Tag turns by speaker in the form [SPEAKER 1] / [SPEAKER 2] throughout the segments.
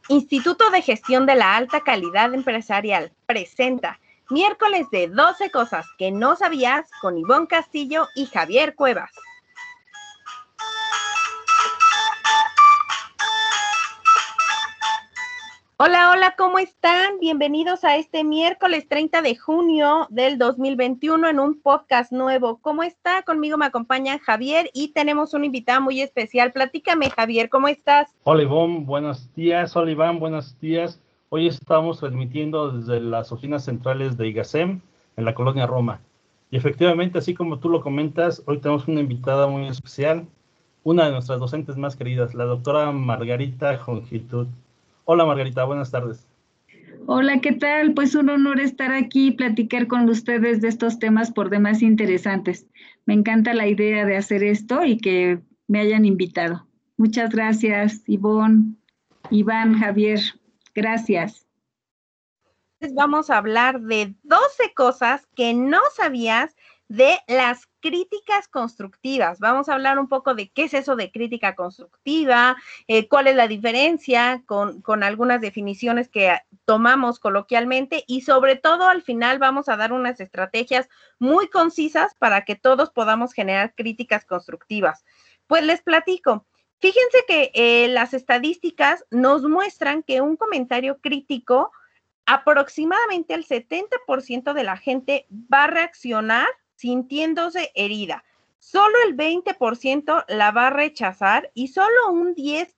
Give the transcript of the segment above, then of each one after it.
[SPEAKER 1] Instituto de Gestión de la Alta Calidad Empresarial presenta Miércoles de 12 cosas que no sabías con Ivonne Castillo y Javier Cuevas. Hola, hola, ¿cómo están? Bienvenidos a este miércoles 30 de junio del 2021 en un podcast nuevo. ¿Cómo está? Conmigo me acompaña Javier y tenemos un invitado muy especial. Platícame, Javier, ¿cómo estás?
[SPEAKER 2] Hola Ivonne, buenos días. Hola Iván, buenos días. Hoy estamos transmitiendo desde las oficinas centrales de IGACEM en la colonia Roma. Y efectivamente, así como tú lo comentas, hoy tenemos una invitada muy especial, una de nuestras docentes más queridas, la doctora Margarita Jongitud. Hola Margarita, buenas tardes.
[SPEAKER 3] Hola, ¿qué tal? Pues un honor estar aquí y platicar con ustedes de estos temas por demás interesantes. Me encanta la idea de hacer esto y que me hayan invitado. Muchas gracias, Ivonne, Iván, Javier. Gracias.
[SPEAKER 1] Vamos a hablar de 12 cosas que no sabías de las críticas constructivas. Vamos a hablar un poco de qué es eso de crítica constructiva, cuál es la diferencia con algunas definiciones que tomamos coloquialmente y sobre todo al final vamos a dar unas estrategias muy concisas para que todos podamos generar críticas constructivas. Pues les platico. Fíjense que las estadísticas nos muestran que un comentario crítico aproximadamente el 70% de la gente va a reaccionar sintiéndose herida. Solo el 20% la va a rechazar y solo un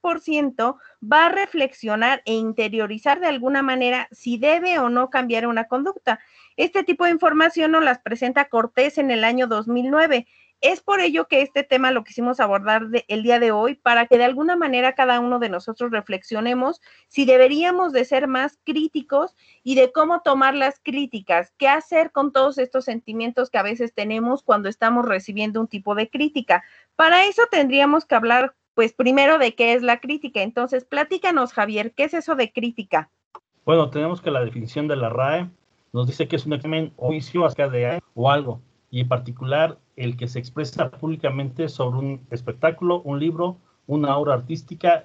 [SPEAKER 1] 10% va a reflexionar e interiorizar de alguna manera si debe o no cambiar una conducta. Este tipo de información nos las presenta Cortés en el año 2009. Es por ello que este tema lo quisimos abordar el día de hoy para que de alguna manera cada uno de nosotros reflexionemos si deberíamos de ser más críticos y de cómo tomar las críticas, qué hacer con todos estos sentimientos que a veces tenemos cuando estamos recibiendo un tipo de crítica. Para eso tendríamos que hablar, pues primero de qué es la crítica. Entonces, platícanos, Javier, ¿qué es eso de crítica?
[SPEAKER 2] Bueno, tenemos que la definición de la RAE nos dice que es un examen o juicio acerca de o algo, y en particular el que se expresa públicamente sobre un espectáculo, un libro, una obra artística,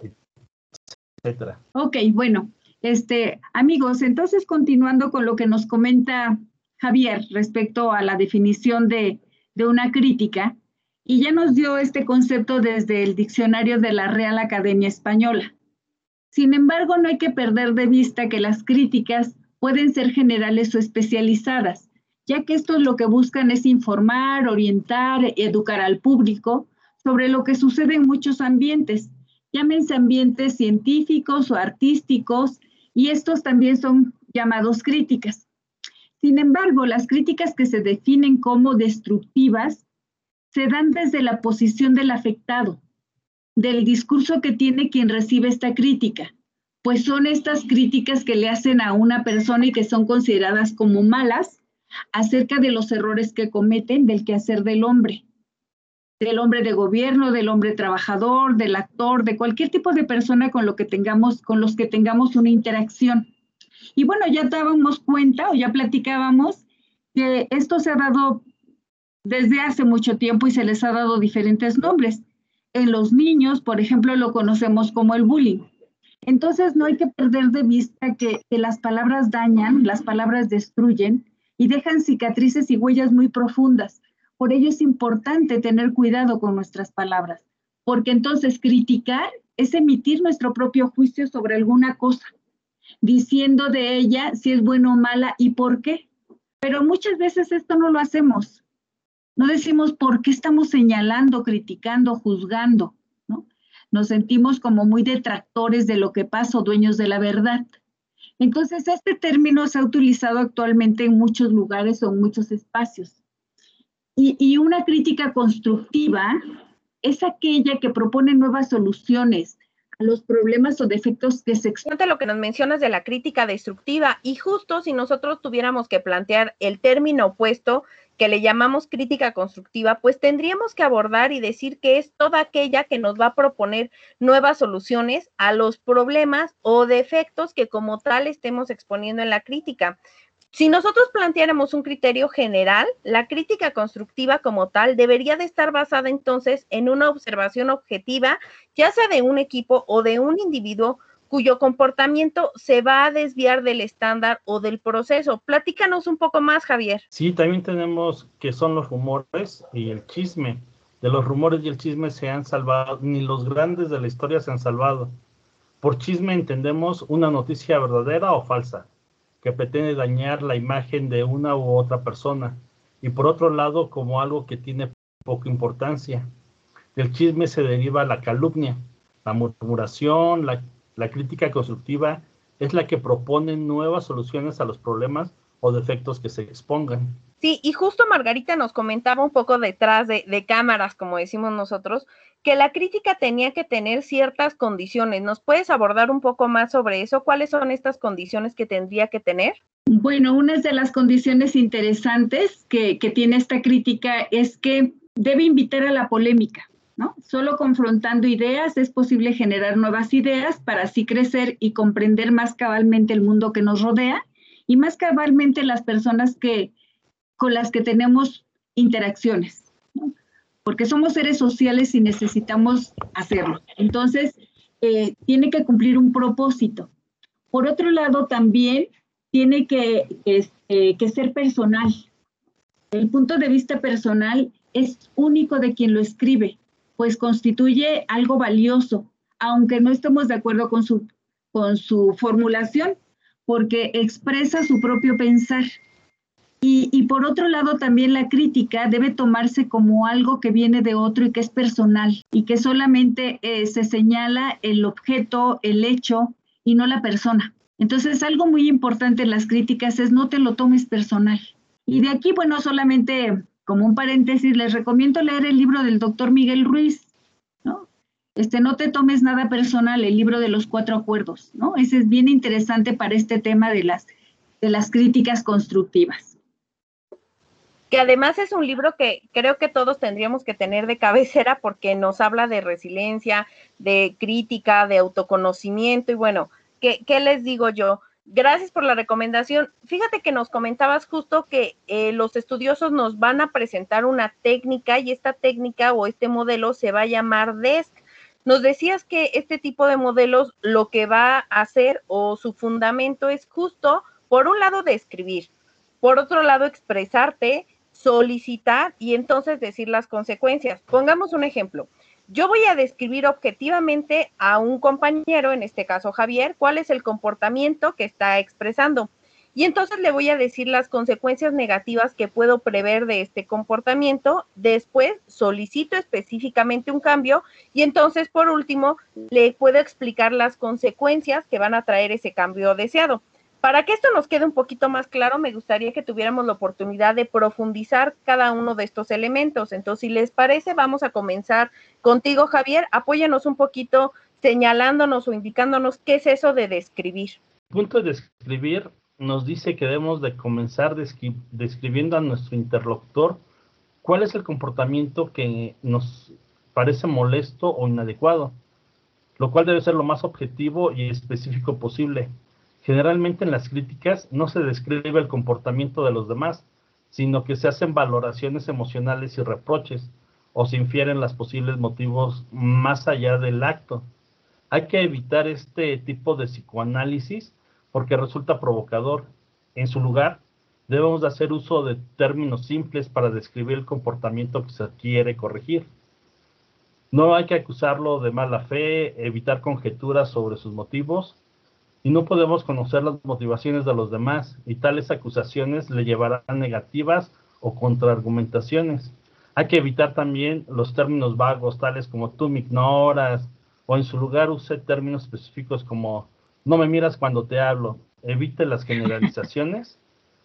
[SPEAKER 2] etcétera.
[SPEAKER 3] Ok, bueno, amigos, entonces continuando con lo que nos comenta Javier respecto a la definición de una crítica, y ya nos dio este concepto desde el diccionario de la Real Academia Española. Sin embargo, no hay que perder de vista que las críticas pueden ser generales o especializadas, ya que estos lo que buscan es informar, orientar, educar al público sobre lo que sucede en muchos ambientes, llámense ambientes científicos o artísticos, y estos también son llamados críticas. Sin embargo, las críticas que se definen como destructivas se dan desde la posición del afectado, del discurso que tiene quien recibe esta crítica, pues son estas críticas que le hacen a una persona y que son consideradas como malas acerca de los errores que cometen del quehacer del hombre de gobierno, del hombre trabajador, del actor, de cualquier tipo de persona con los que tengamos una interacción. Y bueno, ya dábamos cuenta o ya platicábamos que esto se ha dado desde hace mucho tiempo y se les ha dado diferentes nombres. En los niños, por ejemplo, lo conocemos como el bullying. Entonces, no hay que perder de vista que las palabras dañan, las palabras destruyen y dejan cicatrices y huellas muy profundas. Por ello es importante tener cuidado con nuestras palabras, porque entonces criticar es emitir nuestro propio juicio sobre alguna cosa, diciendo de ella si es buena o mala y por qué. Pero muchas veces esto no lo hacemos. No decimos por qué estamos señalando, criticando, juzgando, ¿no? Nos sentimos como muy detractores de lo que pasa o dueños de la verdad. Entonces, este término se ha utilizado actualmente en muchos lugares o en muchos espacios. Y una crítica constructiva es aquella que propone nuevas soluciones a los problemas o defectos que se expresan.
[SPEAKER 1] Lo que nos mencionas de la crítica destructiva, y justo si nosotros tuviéramos que plantear el término opuesto que le llamamos crítica constructiva, pues tendríamos que abordar y decir que es toda aquella que nos va a proponer nuevas soluciones a los problemas o defectos que como tal estemos exponiendo en la crítica. Si nosotros planteáramos un criterio general, la crítica constructiva como tal debería de estar basada entonces en una observación objetiva, ya sea de un equipo o de un individuo, cuyo comportamiento se va a desviar del estándar o del proceso. Platícanos un poco más, Javier.
[SPEAKER 2] Sí, también tenemos que son los rumores y el chisme. De los rumores y el chisme se han salvado, ni los grandes de la historia se han salvado. Por chisme entendemos una noticia verdadera o falsa, que pretende dañar la imagen de una u otra persona. Y por otro lado, como algo que tiene poca importancia. Del chisme se deriva la calumnia, la murmuración, la crítica constructiva es la que propone nuevas soluciones a los problemas o defectos que se expongan.
[SPEAKER 1] Sí, y justo Margarita nos comentaba un poco detrás de cámaras, como decimos nosotros, que la crítica tenía que tener ciertas condiciones. ¿Nos puedes abordar un poco más sobre eso? ¿Cuáles son estas condiciones que tendría que tener?
[SPEAKER 3] Bueno, una de las condiciones interesantes que tiene esta crítica es que debe invitar a la polémica, ¿no? Solo confrontando ideas es posible generar nuevas ideas para así crecer y comprender más cabalmente el mundo que nos rodea y más cabalmente las personas con las que tenemos interacciones, ¿no? Porque somos seres sociales y necesitamos hacerlo. Entonces, tiene que cumplir un propósito. Por otro lado, también tiene que ser personal. El punto de vista personal es único de quien lo escribe, pues constituye algo valioso, aunque no estemos de acuerdo con su formulación, porque expresa su propio pensar. Y por otro lado, también la crítica debe tomarse como algo que viene de otro y que es personal, y que solamente se señala el objeto, el hecho, y no la persona. Entonces, algo muy importante en las críticas es no te lo tomes personal. Y de aquí, bueno, solamente como un paréntesis, les recomiendo leer el libro del doctor Miguel Ruiz, ¿no? No te tomes nada personal, el libro de los 4 acuerdos, ¿no? Ese es bien interesante para este tema de las críticas constructivas.
[SPEAKER 1] Que además es un libro que creo que todos tendríamos que tener de cabecera porque nos habla de resiliencia, de crítica, de autoconocimiento y bueno, ¿qué les digo yo? Gracias por la recomendación. Fíjate que nos comentabas justo que los estudiosos nos van a presentar una técnica y esta técnica o este modelo se va a llamar DESC. Nos decías que este tipo de modelos lo que va a hacer o su fundamento es justo, por un lado, describir, por otro lado, expresarte, solicitar y entonces decir las consecuencias. Pongamos un ejemplo. Yo voy a describir objetivamente a un compañero, en este caso Javier, cuál es el comportamiento que está expresando. Y entonces le voy a decir las consecuencias negativas que puedo prever de este comportamiento. Después solicito específicamente un cambio y entonces, por último, le puedo explicar las consecuencias que van a traer ese cambio deseado. Para que esto nos quede un poquito más claro, me gustaría que tuviéramos la oportunidad de profundizar cada uno de estos elementos. Entonces, si les parece, vamos a comenzar contigo, Javier. Apóyanos un poquito señalándonos o indicándonos qué es eso de describir.
[SPEAKER 2] El punto de describir nos dice que debemos de comenzar describiendo a nuestro interlocutor cuál es el comportamiento que nos parece molesto o inadecuado, lo cual debe ser lo más objetivo y específico posible. Generalmente en las críticas no se describe el comportamiento de los demás, sino que se hacen valoraciones emocionales y reproches, o se infieren los posibles motivos más allá del acto. Hay que evitar este tipo de psicoanálisis porque resulta provocador. En su lugar, debemos de hacer uso de términos simples para describir el comportamiento que se quiere corregir. No hay que acusarlo de mala fe, evitar conjeturas sobre sus motivos, y no podemos conocer las motivaciones de los demás, y tales acusaciones le llevarán a negativas o contraargumentaciones. Hay que evitar también los términos vagos, tales como tú me ignoras, o en su lugar use términos específicos como no me miras cuando te hablo. Evite las generalizaciones.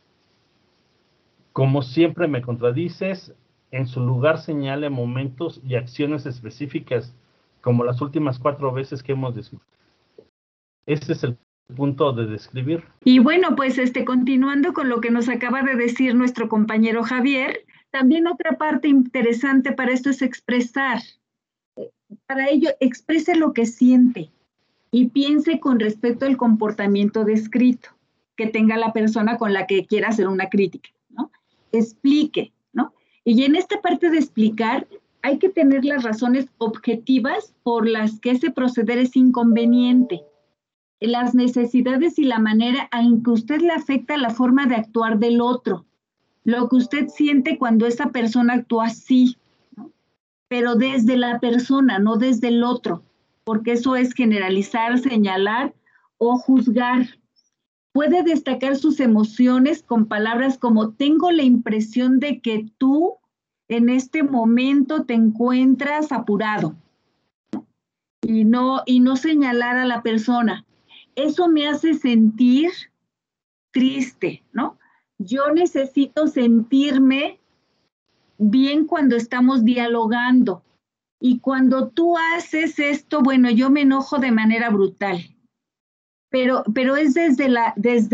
[SPEAKER 2] Como siempre me contradices, en su lugar señale momentos y acciones específicas, como las últimas 4 veces que hemos discutido. Este es el punto de describir.
[SPEAKER 3] Y bueno, pues continuando con lo que nos acaba de decir nuestro compañero Javier, también otra parte interesante para esto es expresar. Para ello, exprese lo que siente y piense con respecto al comportamiento descrito que tenga la persona con la que quiera hacer una crítica, ¿no? Explique, ¿no? Y en esta parte de explicar, hay que tener las razones objetivas por las que ese proceder es inconveniente. las necesidades y la manera en que usted le afecta la forma de actuar del otro, lo que usted siente cuando esa persona actúa así, ¿no? Pero desde la persona, no desde el otro, porque eso es generalizar, señalar o juzgar. Puede destacar sus emociones con palabras como tengo la impresión de que tú en este momento te encuentras apurado y no señalar a la persona. Eso me hace sentir triste, ¿no? Yo necesito sentirme bien cuando estamos dialogando. Y cuando tú haces esto, bueno, yo me enojo de manera brutal. Pero es desde la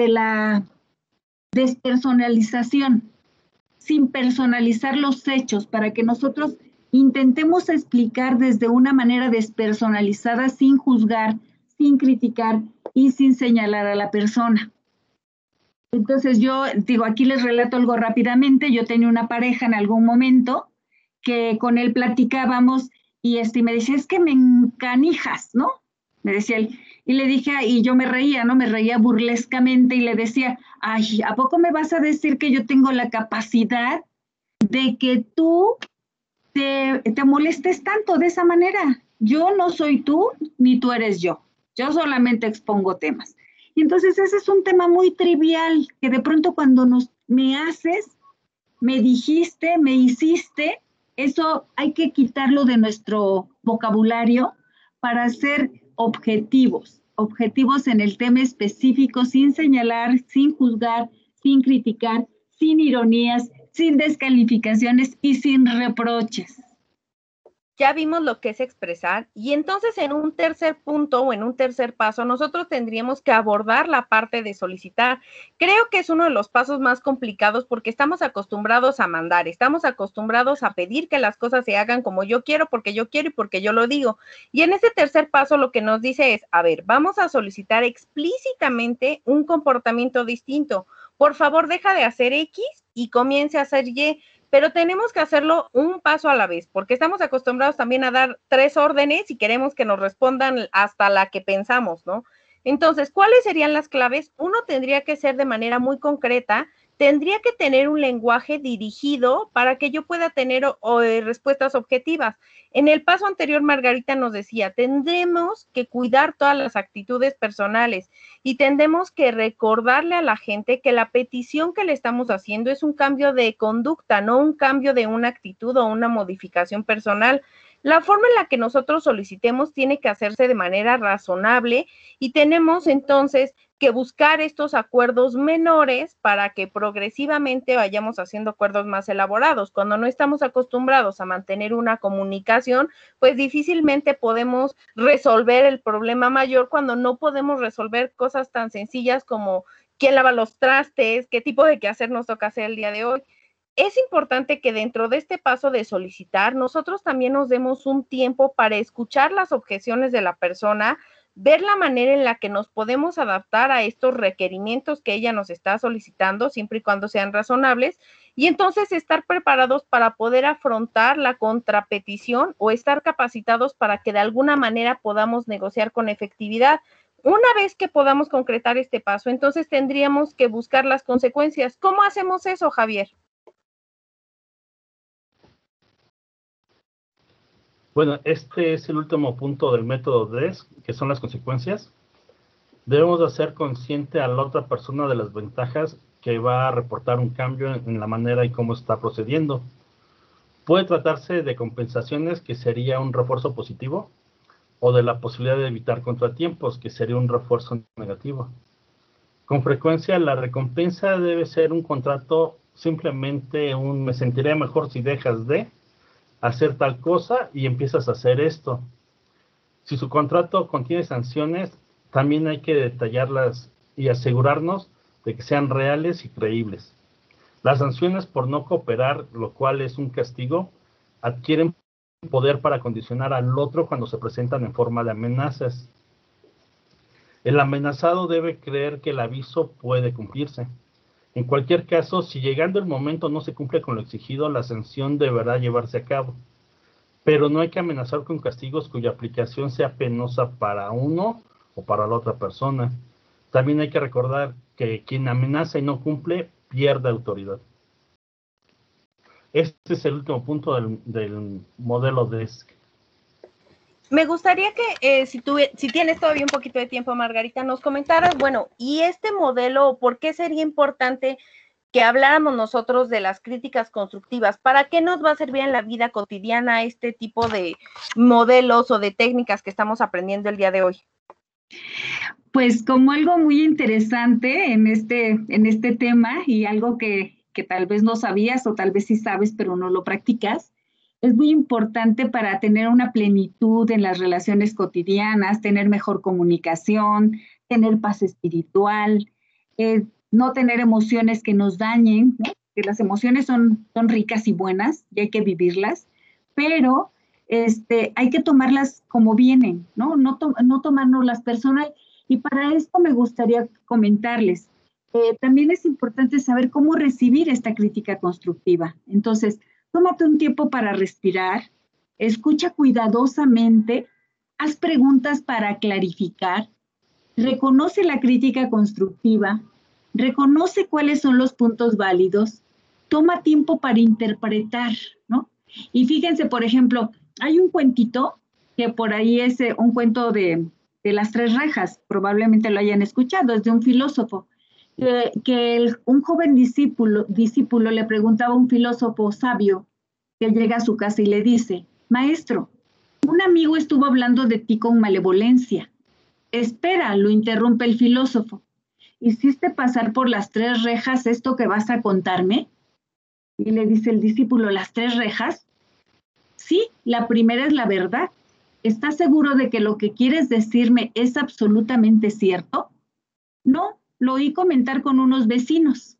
[SPEAKER 3] despersonalización, sin personalizar los hechos, para que nosotros intentemos explicar desde una manera despersonalizada, sin juzgar, sin criticar y sin señalar a la persona. Entonces yo digo, aquí les relato algo rápidamente. Yo tenía una pareja en algún momento que con él platicábamos y me decía, es que me encanijas, ¿no? Me decía él. Y le dije, y yo me reía, ¿no? Me reía burlescamente y le decía, ay, ¿a poco me vas a decir que yo tengo la capacidad de que tú te molestes tanto de esa manera? Yo no soy tú, ni tú eres yo. Yo solamente expongo temas. Y entonces ese es un tema muy trivial, que de pronto cuando me haces, me dijiste, me hiciste, eso hay que quitarlo de nuestro vocabulario para ser objetivos en el tema específico, sin señalar, sin juzgar, sin criticar, sin ironías, sin descalificaciones y sin reproches.
[SPEAKER 1] Ya vimos lo que es expresar y entonces en un tercer punto o en un tercer paso nosotros tendríamos que abordar la parte de solicitar. Creo que es uno de los pasos más complicados porque estamos acostumbrados a mandar, estamos acostumbrados a pedir que las cosas se hagan como yo quiero, porque yo quiero y porque yo lo digo. Y en ese tercer paso lo que nos dice es, a ver, vamos a solicitar explícitamente un comportamiento distinto. Por favor, deja de hacer X y comience a hacer Y. Pero tenemos que hacerlo un paso a la vez, porque estamos acostumbrados también a dar 3 órdenes y queremos que nos respondan hasta la que pensamos, ¿no? Entonces, ¿cuáles serían las claves? Uno tendría que ser de manera muy concreta, tendría que tener un lenguaje dirigido para que yo pueda tener respuestas objetivas. En el paso anterior, Margarita nos decía, tendremos que cuidar todas las actitudes personales y tendremos que recordarle a la gente que la petición que le estamos haciendo es un cambio de conducta, no un cambio de una actitud o una modificación personal. La forma en la que nosotros solicitemos tiene que hacerse de manera razonable y tenemos entonces que buscar estos acuerdos menores para que progresivamente vayamos haciendo acuerdos más elaborados. Cuando no estamos acostumbrados a mantener una comunicación, pues difícilmente podemos resolver el problema mayor cuando no podemos resolver cosas tan sencillas como quién lava los trastes, qué tipo de quehacer nos toca hacer el día de hoy. Es importante que dentro de este paso de solicitar, nosotros también nos demos un tiempo para escuchar las objeciones de la persona, ver la manera en la que nos podemos adaptar a estos requerimientos que ella nos está solicitando, siempre y cuando sean razonables, y entonces estar preparados para poder afrontar la contrapetición o estar capacitados para que de alguna manera podamos negociar con efectividad. Una vez que podamos concretar este paso, entonces tendríamos que buscar las consecuencias. ¿Cómo hacemos eso, Javier?
[SPEAKER 2] Bueno, este es el último punto del método DRESS, que son las consecuencias. Debemos de hacer consciente a la otra persona de las ventajas que va a reportar un cambio en la manera y cómo está procediendo. Puede tratarse de compensaciones, que sería un refuerzo positivo, o de la posibilidad de evitar contratiempos, que sería un refuerzo negativo. Con frecuencia, la recompensa debe ser un contrato, simplemente me sentiré mejor si dejas de hacer tal cosa y empiezas a hacer esto. Si su contrato contiene sanciones, también hay que detallarlas y asegurarnos de que sean reales y creíbles. Las sanciones por no cooperar, lo cual es un castigo, adquieren poder para condicionar al otro cuando se presentan en forma de amenazas. El amenazado debe creer que el aviso puede cumplirse. En cualquier caso, si llegando el momento no se cumple con lo exigido, la sanción deberá llevarse a cabo. Pero no hay que amenazar con castigos cuya aplicación sea penosa para uno o para la otra persona. También hay que recordar que quien amenaza y no cumple, pierde autoridad. Este es el último punto del modelo DESC.
[SPEAKER 1] Me gustaría que si tienes todavía un poquito de tiempo, Margarita, nos comentaras, bueno, y este modelo, ¿por qué sería importante que habláramos nosotros de las críticas constructivas? ¿Para qué nos va a servir en la vida cotidiana este tipo de modelos o de técnicas que estamos aprendiendo el día de hoy?
[SPEAKER 3] Pues como algo muy interesante en este tema y algo que tal vez no sabías o tal vez sí sabes pero no lo practicas, es muy importante para tener una plenitud en las relaciones cotidianas, tener mejor comunicación, tener paz espiritual, no tener emociones que nos dañen, ¿no? Que las emociones son ricas y buenas y hay que vivirlas, pero hay que tomarlas como vienen, ¿no? No tomarnos las personas. Y para esto me gustaría comentarles, también es importante saber cómo recibir esta crítica constructiva. Entonces, tómate un tiempo para respirar, escucha cuidadosamente, haz preguntas para clarificar, reconoce la crítica constructiva, reconoce cuáles son los puntos válidos, toma tiempo para interpretar, ¿no? Y fíjense, por ejemplo, hay un cuentito que por ahí es un cuento de las tres rejas, probablemente lo hayan escuchado, es de un filósofo, un joven discípulo le preguntaba a un filósofo sabio que llega a su casa y le dice, maestro, un amigo estuvo hablando de ti con malevolencia. Espera, lo interrumpe el filósofo. ¿Hiciste pasar por las tres rejas esto que vas a contarme? Y le dice el discípulo, ¿las tres rejas? Sí, la primera es la verdad. ¿Estás seguro de que lo que quieres decirme es absolutamente cierto? No, lo oí comentar con unos vecinos.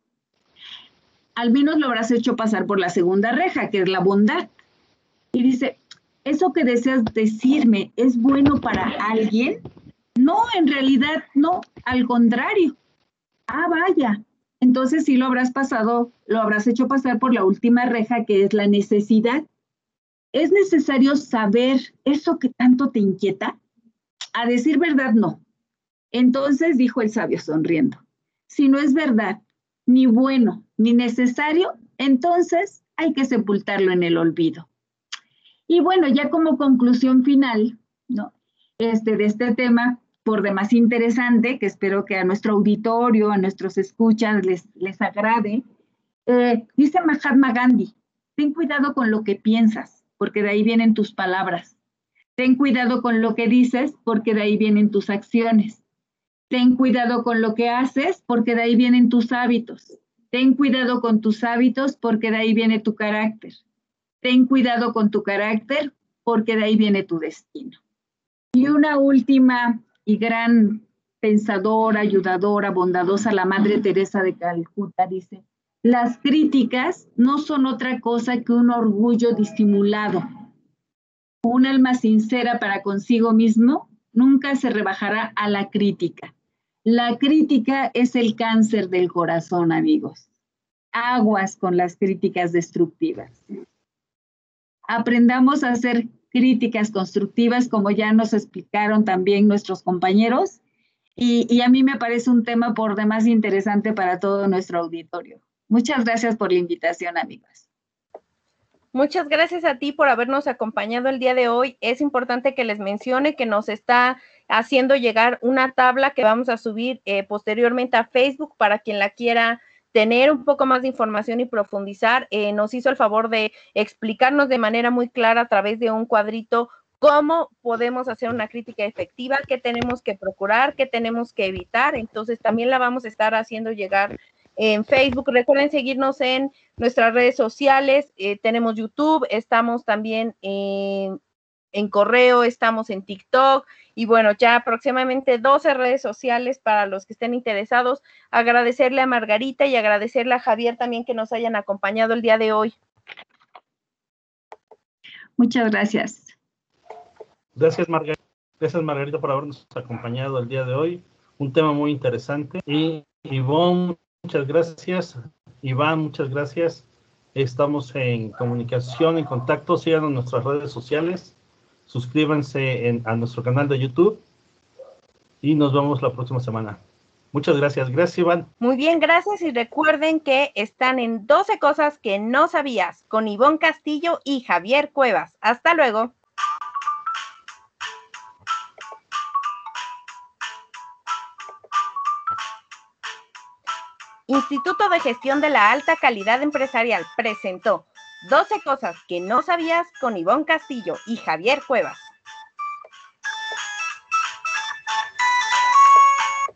[SPEAKER 3] Al menos lo habrás hecho pasar por la segunda reja, que es la bondad. Y dice, ¿eso que deseas decirme es bueno para alguien? No, en realidad no, al contrario. Ah, vaya. Entonces sí lo habrás hecho pasar por la última reja, que es la necesidad. ¿Es necesario saber eso que tanto te inquieta? A decir verdad, no. Entonces dijo el sabio sonriendo, si no es verdad, ni bueno, ni necesario, entonces hay que sepultarlo en el olvido. Y bueno, ya como conclusión final, ¿no? De este tema, por demás interesante, que espero que a nuestro auditorio, a nuestros escuchas les agrade, dice Mahatma Gandhi, ten cuidado con lo que piensas, porque de ahí vienen tus palabras. Ten cuidado con lo que dices, porque de ahí vienen tus acciones. Ten cuidado con lo que haces, porque de ahí vienen tus hábitos. Ten cuidado con tus hábitos, porque de ahí viene tu carácter. Ten cuidado con tu carácter, porque de ahí viene tu destino. Y una última y gran pensadora, ayudadora, bondadosa, la Madre Teresa de Calcuta, dice, las críticas no son otra cosa que un orgullo disimulado. Un alma sincera para consigo mismo nunca se rebajará a la crítica. La crítica es el cáncer del corazón, amigos. Aguas con las críticas destructivas. Aprendamos a hacer críticas constructivas, como ya nos explicaron también nuestros compañeros, y a mí me parece un tema por demás interesante para todo nuestro auditorio. Muchas gracias por la invitación, amigos.
[SPEAKER 1] Muchas gracias a ti por habernos acompañado el día de hoy. Es importante que les mencione que nos está haciendo llegar una tabla que vamos a subir posteriormente a Facebook para quien la quiera tener un poco más de información y profundizar. Nos hizo el favor de explicarnos de manera muy clara a través de un cuadrito cómo podemos hacer una crítica efectiva, qué tenemos que procurar, qué tenemos que evitar. Entonces también la vamos a estar haciendo llegar en Facebook. Recuerden seguirnos en nuestras redes sociales, tenemos YouTube, estamos también en correo, estamos en TikTok y bueno, ya aproximadamente 12 redes sociales para los que estén interesados. Agradecerle a Margarita y agradecerle a Javier también que nos hayan acompañado el día de hoy.
[SPEAKER 3] Muchas gracias.
[SPEAKER 2] Gracias, Margarita. Gracias, Margarita, por habernos acompañado el día de hoy. Un tema muy interesante. Y Ivonne, muchas gracias. Iván, muchas gracias. Estamos en comunicación, en contacto. Síganos en nuestras redes sociales. Suscríbanse a nuestro canal de YouTube. y nos vemos la próxima semana. Muchas gracias. Gracias, Iván.
[SPEAKER 1] Muy bien, gracias. Y recuerden que están en 12 cosas que no sabías con Ivonne Castillo y Javier Cuevas. Hasta luego. Instituto de Gestión de la Alta Calidad Empresarial presentó 12 cosas que no sabías con Ivonne Castillo y Javier Cuevas.